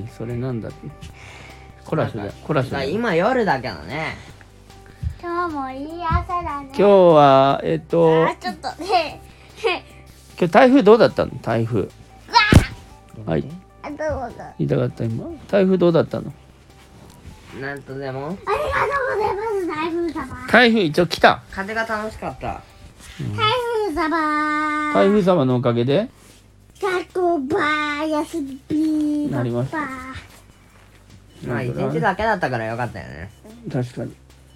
それなんだってコラスだ今夜だけどね。 今日もいい朝だね。 今日はちょっとね今日台風どうだったの？台風はいどうぞ。 言いたかった今台風どうだったの？ なんとでもありがとうございます台風様。 台風一応来た。 風が楽しかった。 台風様。 台風様のおかげで学校ばー休みなりましたまあ一日だけだったからよかったよね。 確かに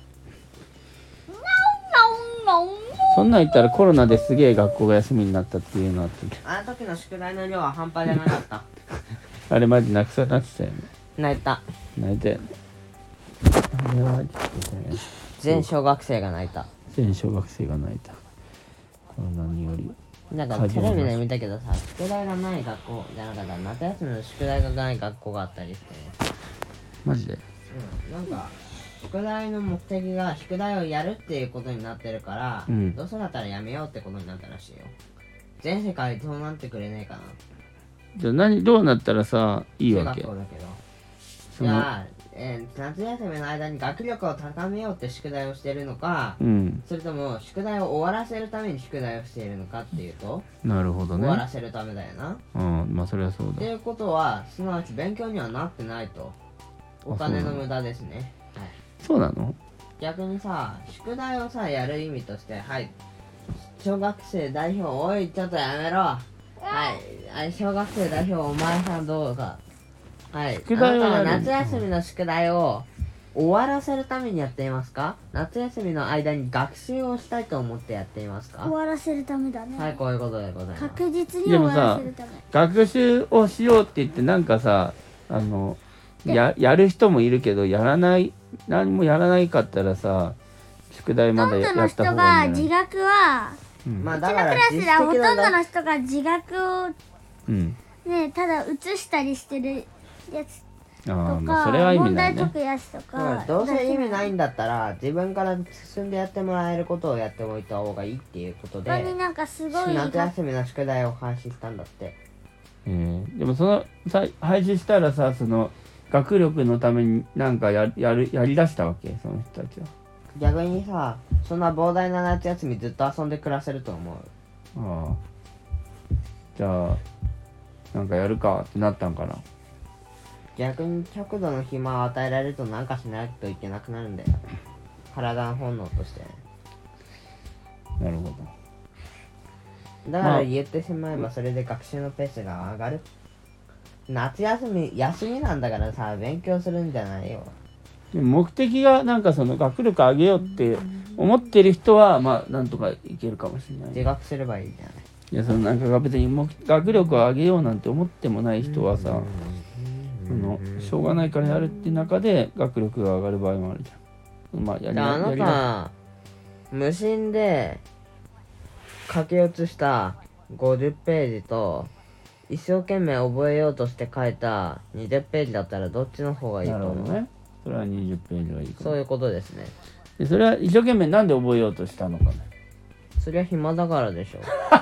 そんなん言ったらコロナですげえ学校が休みになったっていうのあったけどあの時の宿題の量は半端じゃなかった。 あれマジなくさなってたよね。 泣いた。 泣いたよね。あれはちょっとね全小学生が泣いた。 全小学生が泣いた。コロナによりなんかテレビで見たけどさ、宿題がない学校じゃなかったら夏休みの宿題がない学校があったりして、 マジでなんか宿題の目的が宿題をやるっていうことになってるから、どうせだったらやめようってことになったらしいよ。全世界そうなってくれねえかな。 じゃあどうなったらさいいわけ？ 中学校だけど。じゃあ、夏休みの間に学力を高めようって宿題をしてるのか、それとも宿題を終わらせるために宿題をしているのかっていうと、 なるほどね。 終わらせるためだよな。 まあそれはそうだ。 っていうことはすなわち勉強にはなってないと。お金の無駄ですね。はい。 そうなの？ 逆にさ、宿題をさやる意味として、はい、小学生代表、おいちょっとやめろ。はい、小学生代表お前さんどうか。はい、 宿題をやる。 あなたは夏休みの宿題を終わらせるためにやっていますか？夏休みの間に学習をしたいと思ってやっていますか？ 終わらせるためだね。 はい、こういうことでございます。 確実に終わらせるため。 学習をしようって言ってなんかさやる人もいるけど何もやらないかったらさ宿題まだやった方がいいんじゃない？ ほとんどの人が自学は、 まあうちのクラスではほとんどの人が自学をねただ写したりしてるやつとか、 それは意味問題ないね。 解くやつとか、 どうせ意味ないんだったら自分から進んでやってもらえることをやっておいた方がいいっていうことで、 本当になんかすごい夏休みの宿題を廃止したんだって。 でも廃止したらさ学力のためになんかやりだしたわけその人たちは。 逆にさ、そんな膨大な夏休みずっと遊んで暮らせると思う。 じゃあなんかやるかってなったんかな。 逆に極度の暇を与えられるとなんかしないといけなくなるんだよ。体の本能として。 なるほど。 だから言ってしまえばそれで学習のペースが上がる。夏休みなんだからさ、勉強するんじゃないよ。 でも目的がなんか学力上げようって思ってる人はまあなんとかいけるかもしれない。 自学すればいいじゃない。 いやなんか別に学力を上げようなんて思ってもない人はさしょうがないからやるって中で学力が上がる場合もあるじゃん。まああなた無心で書き写した50ページと一生懸命覚えようとして書いた20ページだったらどっちの方がいいと思う？ なるほどね。それは20ページはいいかも。 そういうことですね。 でそれは一生懸命なんで覚えようとしたのかね。 そりゃ暇だからでしょ。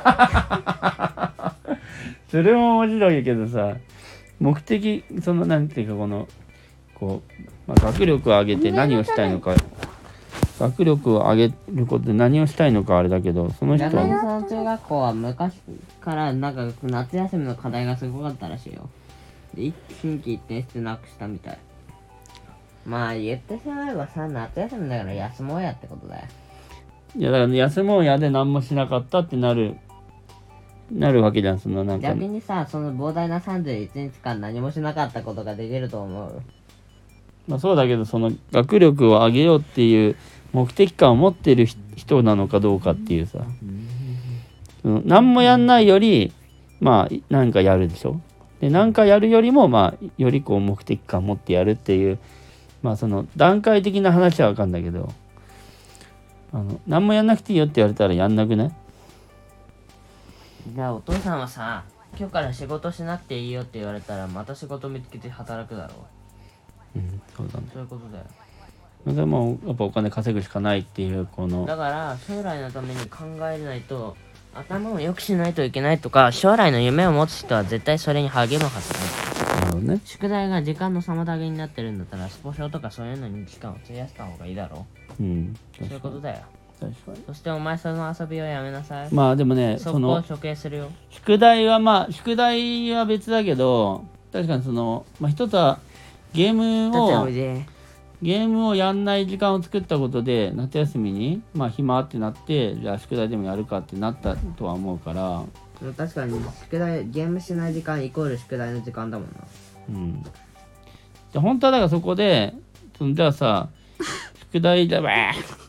それも面白いけどさ、目的なんていうか学力を上げて何をしたいのか、学力を上げることで何をしたいのかあれだけど、その人逆にはその中学校は昔からなんか夏休みの課題がすごかったらしいよ。で心機一転してなくしたみたい。まあ言ってしまえばさ、夏休みだから休もうやってことだよ。 いやだから休もうやで何もしなかったってなるわけじゃん。なんか逆にさ、その膨大な31日間何もしなかったことができると思う？ まあそうだけど学力を上げようっていう目的感を持ってる人なのかどうかっていうさ、何もやんないよりまあなんかやるでしょ。でなんかやるよりもまあより目的感を持ってやるっていう、まあ段階的な話は分かんだけど、何もやんなくていいよって言われたらやんなくない？ じゃあお父さんはさ、今日から仕事しなくていいよって言われたらまた仕事見つけて働くだろう。 そうだね。 そういうことだよ。 それもやっぱお金稼ぐしかないっていうだから将来のために考えないと、頭を良くしないといけないとか、将来の夢を持つ人は絶対それに励むはずだ。 なるほどね。 宿題が時間の妨げになってるんだったらスポ少とかそういうのに時間を費やした方がいいだろ。そういうことだよ。 確かに。 そしてお前その遊びをやめなさい。 まあでもね、 そこ処刑するよ。 宿題は別だけど、確かに一つはゲームをやんない時間を作ったことで、夏休みに暇ってなって、じゃあ宿題でもやるかってなったとは思うから。 確かにゲームしない時間イコール宿題の時間だもんな。 じゃあ本当はだからそこでじゃあさ、宿題だわ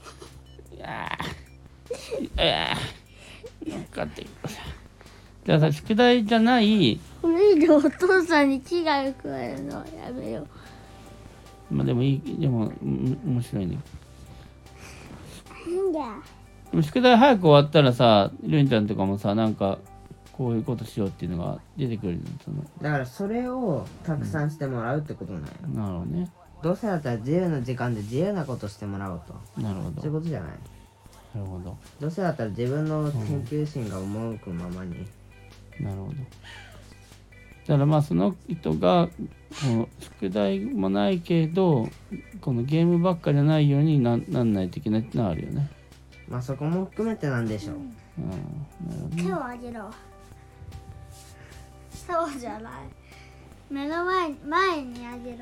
じゃあさ、宿題じゃないこれ以上お父さんに危害を加えるのはやめよう。 でも面白いね。 なんだ。 でも宿題早く終わったらさ、るんちゃんとかもさ、なんかこういうことしようっていうのが出てくる。 だからそれをたくさんしてもらうってことなんよ。 なるほどね。 どうせだったら自由な時間で自由なことしてもらおうと。 なるほど。 そういうことじゃない。 なるほど。 どうせだったら自分の研究心が赴くままに。 なるほど。だからその人がこの宿題もないけど、このゲームばっかじゃないようになんないといけないってのはあるよね。 そこも含めてなんでしょう。 なるほどね。 手を上げろ。そうじゃない。目の前にあげろ。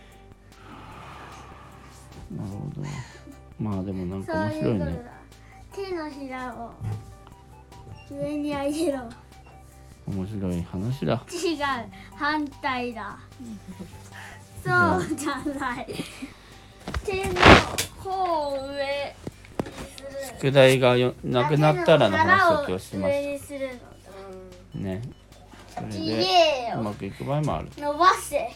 なるほど。でもなんか面白いね。 手のひらを上に上げろ。 面白い話だ。 違う、反対だ。そうじゃない。手の方を上にする。 宿題がなくなったらの話を今日しま上にしするたね。それの。 でうまくいく場合もある。 伸ば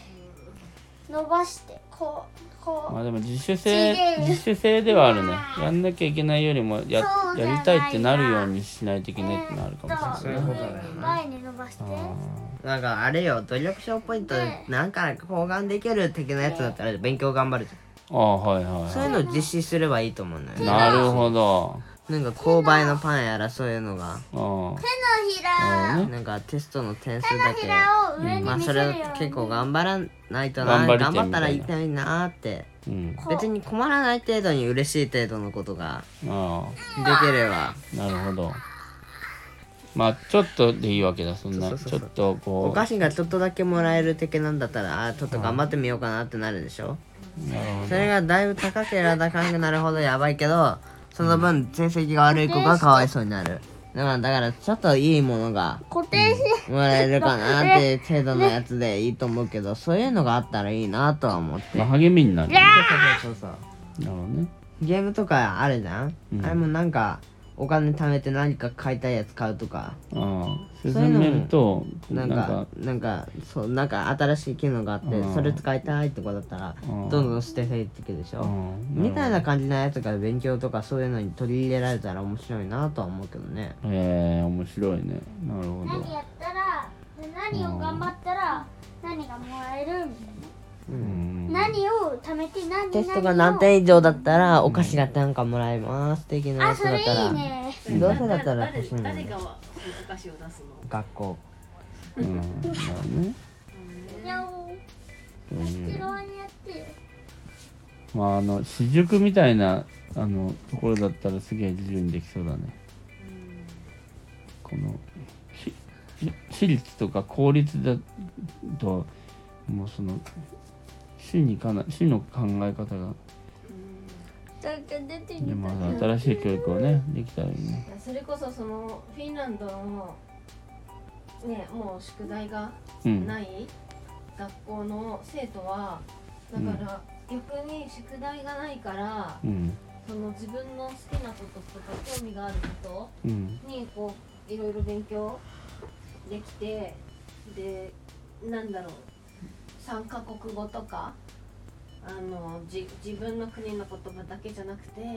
してこうでも自主性ではあるね。やんなきゃいけないよりもやりたいってなるようにしないといけないってのあるかもしれない。 前に伸ばして。 なんかあれよ、努力賞ポイントでなんか包含できる的なやつだったら勉強頑張るじゃん。 はいはいそういうのを実施すればいいと思うんだよね。 なるほど。 なんか購買のパンやらそういうのが手のひらなんかテストの点数だけ手のひらを上に見せそれるように結構頑張らないとな、頑張ったらいいたいなーって、別に困らない程度に嬉しい程度のことができれば。 なるほど。ちょっとでいいわけだ。そんなちょっとこうお菓子がちょっとだけもらえる的なんだったらちょっと頑張ってみようかなってなるでしょ。それがだいぶ高ければ高くなるほどやばいけど、その分成績が悪い子がかわいそうになる。だからちょっといいものが固定しもらえるかなっていう程度のやつでいいと思うけど、そういうのがあったらいいなとは思って。 励みになる。 そうなるほどね。 ゲームとかあるじゃん、あれもなんかお金貯めて何か買いたいやつ買うとか、 進めるとなんか新しい機能があってそれ使いたいとかだったらどんどん捨てていってくるでしょ、みたいな感じのやつが勉強とかそういうのに取り入れられたら面白いなとは思うけどね。 面白いね。なるほど。 何やったら何を頑張ったら何がもらえるみたいな。何を貯めてテストが何点以上だったらお菓子が何かもらえます的なやつだったら、どうせだったら欲しいの。 誰がお菓子を出すの？ 学校。 なるほどね。私塾みたいなところだったらすげえ自由にできそうだね。この私立とか公立だともう市の考え方がでも新しい教育をねできたらいいね。 それこそフィンランドのねもう宿題がない学校の生徒はだから逆に宿題がないから、自分の好きなこととか興味があることにこういろいろ勉強できて、で3カ国語とか自分の国の言葉だけじゃなくて、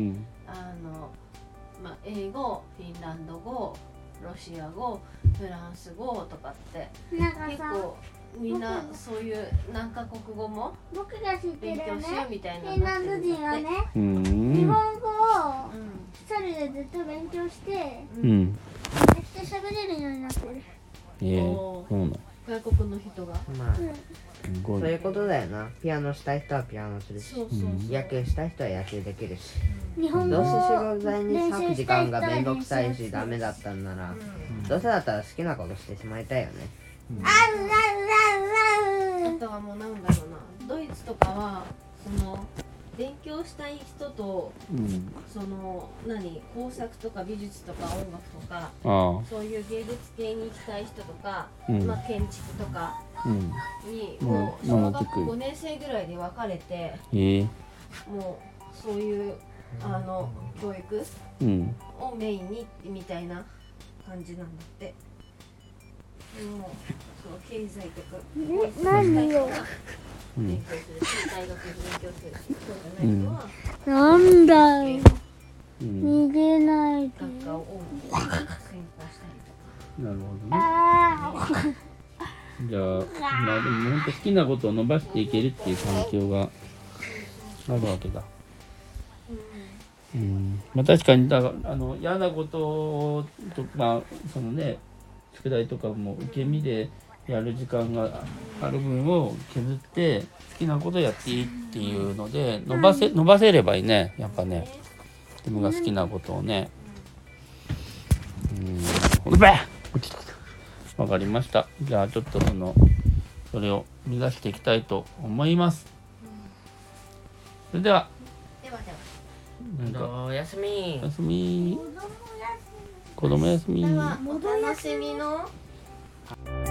英語、フィンランド語、ロシア語、フランス語とかって結構みんなそういう何カ国語も勉強しようみたいなフィンランド人はね、日本語を一人でずっと勉強して、めっちゃ喋れるようになってる。 そうなの。 外国の人が。 まあすごい。 そういうことだよな。ピアノしたい人はピアノするし、 そうそうそう。 野球したい人は野球できるし、 日本語どうせ仕を事代に割く時間がめんどくさいしダメだったんなら、どうせだったら好きなことしてしまいたいよね。 あとはもうなんだろうな、ドイツとかはその勉強したい人とうん。 その工作とか美術とか音楽とかああ。 そういう芸術系に行きたい人とか、 うんまあ建築とかうん。 にうんもう小学校学ぶ 5年生ぐらいで分かれて、 ええ。 もうそういう教育うん。 をメインにみたいな感じなんだって。でもそう経済とか何よ勉強するし、大学で勉強するし、そうじゃない人はなんだようん。 逃げないで学科を専攻したりとか。 なるほどね。 あーじゃあ、まあでも本当好きなことを伸ばしていけるっていう環境があるわけだ。まあ確かにだから嫌なこととまあそのね宿題とかも受け身でやる時間がある分を削って好きなことやっていいっていうので伸ばせればいいねやっぱね自分が好きなことをね。うべっわかりました。じゃあちょっとそれを目指していきたいと思います。それではではなんかおやすみおやすみ。子供休み。 ではお楽しみの。